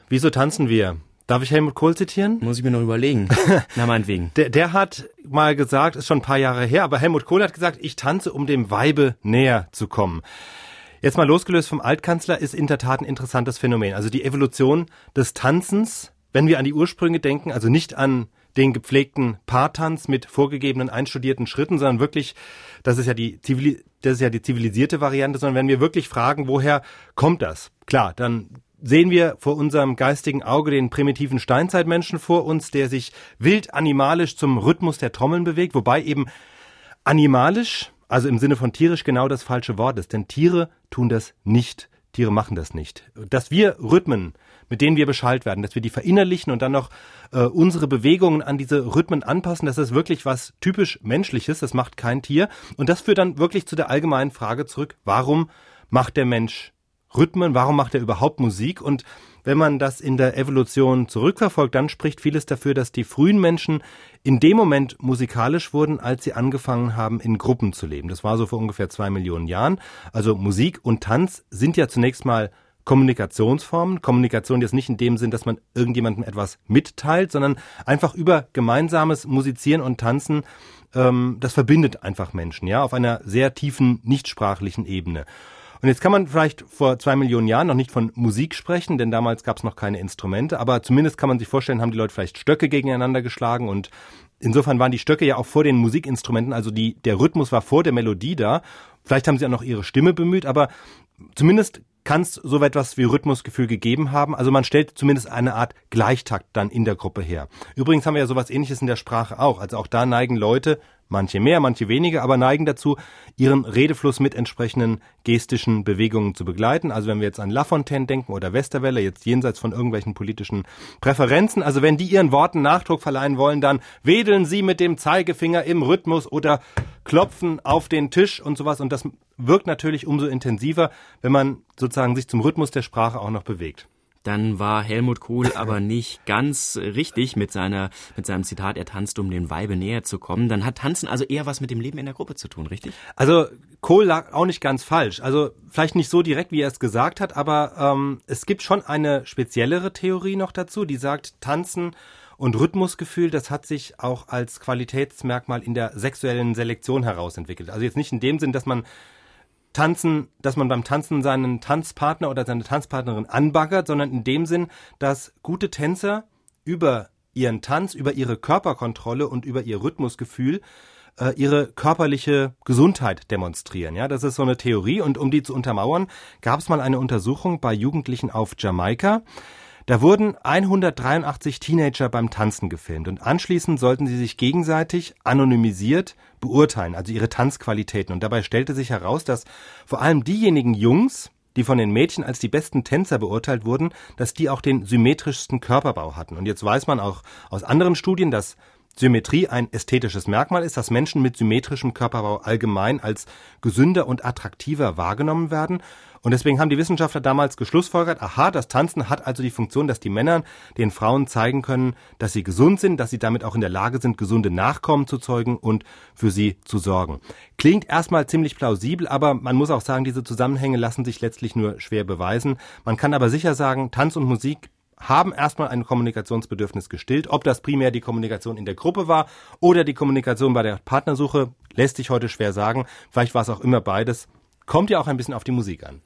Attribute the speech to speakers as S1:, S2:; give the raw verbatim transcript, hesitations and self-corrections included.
S1: Wieso tanzen wir? Darf ich Helmut Kohl zitieren?
S2: Muss ich mir noch überlegen. Na, meinetwegen.
S1: Der, der hat mal gesagt, ist schon ein paar Jahre her, aber Helmut Kohl hat gesagt, ich tanze, um dem Weibe näher zu kommen. Jetzt mal losgelöst vom Altkanzler, ist in der Tat ein interessantes Phänomen. Also die Evolution des Tanzens, wenn wir an die Ursprünge denken, also nicht an den gepflegten Paartanz mit vorgegebenen einstudierten Schritten, sondern wirklich, das ist ja die Zivili- das ist ja die zivilisierte Variante, sondern wenn wir wirklich fragen, woher kommt das? Klar, dann sehen wir vor unserem geistigen Auge den primitiven Steinzeitmenschen vor uns, der sich wild animalisch zum Rhythmus der Trommeln bewegt, wobei eben animalisch, also im Sinne von tierisch, genau das falsche Wort ist, denn Tiere tun das nicht. Tiere machen das nicht. Dass wir Rhythmen, mit denen wir beschallt werden, dass wir die verinnerlichen und dann noch äh, unsere Bewegungen an diese Rhythmen anpassen, das ist wirklich was typisch Menschliches, das macht kein Tier. Und das führt dann wirklich zu der allgemeinen Frage zurück, warum macht der Mensch Rhythmen, warum macht er überhaupt Musik? Und wenn man das in der Evolution zurückverfolgt, dann spricht vieles dafür, dass die frühen Menschen in dem Moment musikalisch wurden, als sie angefangen haben, in Gruppen zu leben. Das war so vor ungefähr zwei Millionen Jahren. Also Musik und Tanz sind ja zunächst mal Kommunikationsformen. Kommunikation jetzt nicht in dem Sinn, dass man irgendjemandem etwas mitteilt, sondern einfach über gemeinsames Musizieren und Tanzen, ähm, das verbindet einfach Menschen, ja, auf einer sehr tiefen, nichtsprachlichen Ebene. Und jetzt kann man vielleicht vor zwei Millionen Jahren noch nicht von Musik sprechen, denn damals gab es noch keine Instrumente, aber zumindest kann man sich vorstellen, haben die Leute vielleicht Stöcke gegeneinander geschlagen und insofern waren die Stöcke ja auch vor den Musikinstrumenten, also die, der Rhythmus war vor der Melodie da. Vielleicht haben sie auch noch ihre Stimme bemüht, aber zumindest kann es so etwas wie Rhythmusgefühl gegeben haben. Also man stellt zumindest eine Art Gleichtakt dann in der Gruppe her. Übrigens haben wir ja sowas Ähnliches in der Sprache auch. Also auch da neigen Leute, manche mehr, manche weniger, aber neigen dazu, ihren Redefluss mit entsprechenden gestischen Bewegungen zu begleiten. Also wenn wir jetzt an Lafontaine denken oder Westerwelle, jetzt jenseits von irgendwelchen politischen Präferenzen. Also wenn die ihren Worten Nachdruck verleihen wollen, dann wedeln sie mit dem Zeigefinger im Rhythmus oder klopfen auf den Tisch und sowas. Und das wirkt natürlich umso intensiver, wenn man sozusagen sich zum Rhythmus der Sprache auch noch bewegt.
S2: Dann war Helmut Kohl aber nicht ganz richtig mit seiner, mit seinem Zitat, er tanzt, um dem Weibe näher zu kommen. Dann hat Tanzen also eher was mit dem Leben in der Gruppe zu tun, richtig?
S1: Also Kohl lag auch nicht ganz falsch. Also vielleicht nicht so direkt, wie er es gesagt hat, aber ähm, es gibt schon eine speziellere Theorie noch dazu, die sagt, Tanzen und Rhythmusgefühl, das hat sich auch als Qualitätsmerkmal in der sexuellen Selektion herausentwickelt. Also jetzt nicht in dem Sinn, dass man Tanzen, dass man beim Tanzen seinen Tanzpartner oder seine Tanzpartnerin anbaggert, sondern in dem Sinn, dass gute Tänzer über ihren Tanz, über ihre Körperkontrolle und über ihr Rhythmusgefühl äh, ihre körperliche Gesundheit demonstrieren. Ja, das ist so eine Theorie und um die zu untermauern, gab es mal eine Untersuchung bei Jugendlichen auf Jamaika. Da wurden hundertdreiundachtzig Teenager beim Tanzen gefilmt und anschließend sollten sie sich gegenseitig anonymisiert beurteilen, also ihre Tanzqualitäten. Und dabei stellte sich heraus, dass vor allem diejenigen Jungs, die von den Mädchen als die besten Tänzer beurteilt wurden, dass die auch den symmetrischsten Körperbau hatten. Und jetzt weiß man auch aus anderen Studien, dass Symmetrie ein ästhetisches Merkmal ist, dass Menschen mit symmetrischem Körperbau allgemein als gesünder und attraktiver wahrgenommen werden. Und deswegen haben die Wissenschaftler damals geschlussfolgert, aha, das Tanzen hat also die Funktion, dass die Männer den Frauen zeigen können, dass sie gesund sind, dass sie damit auch in der Lage sind, gesunde Nachkommen zu zeugen und für sie zu sorgen. Klingt erstmal ziemlich plausibel, aber man muss auch sagen, diese Zusammenhänge lassen sich letztlich nur schwer beweisen. Man kann aber sicher sagen, Tanz und Musik haben erstmal ein Kommunikationsbedürfnis gestillt. Ob das primär die Kommunikation in der Gruppe war oder die Kommunikation bei der Partnersuche, lässt sich heute schwer sagen. Vielleicht war es auch immer beides. Kommt ja auch ein bisschen auf die Musik an.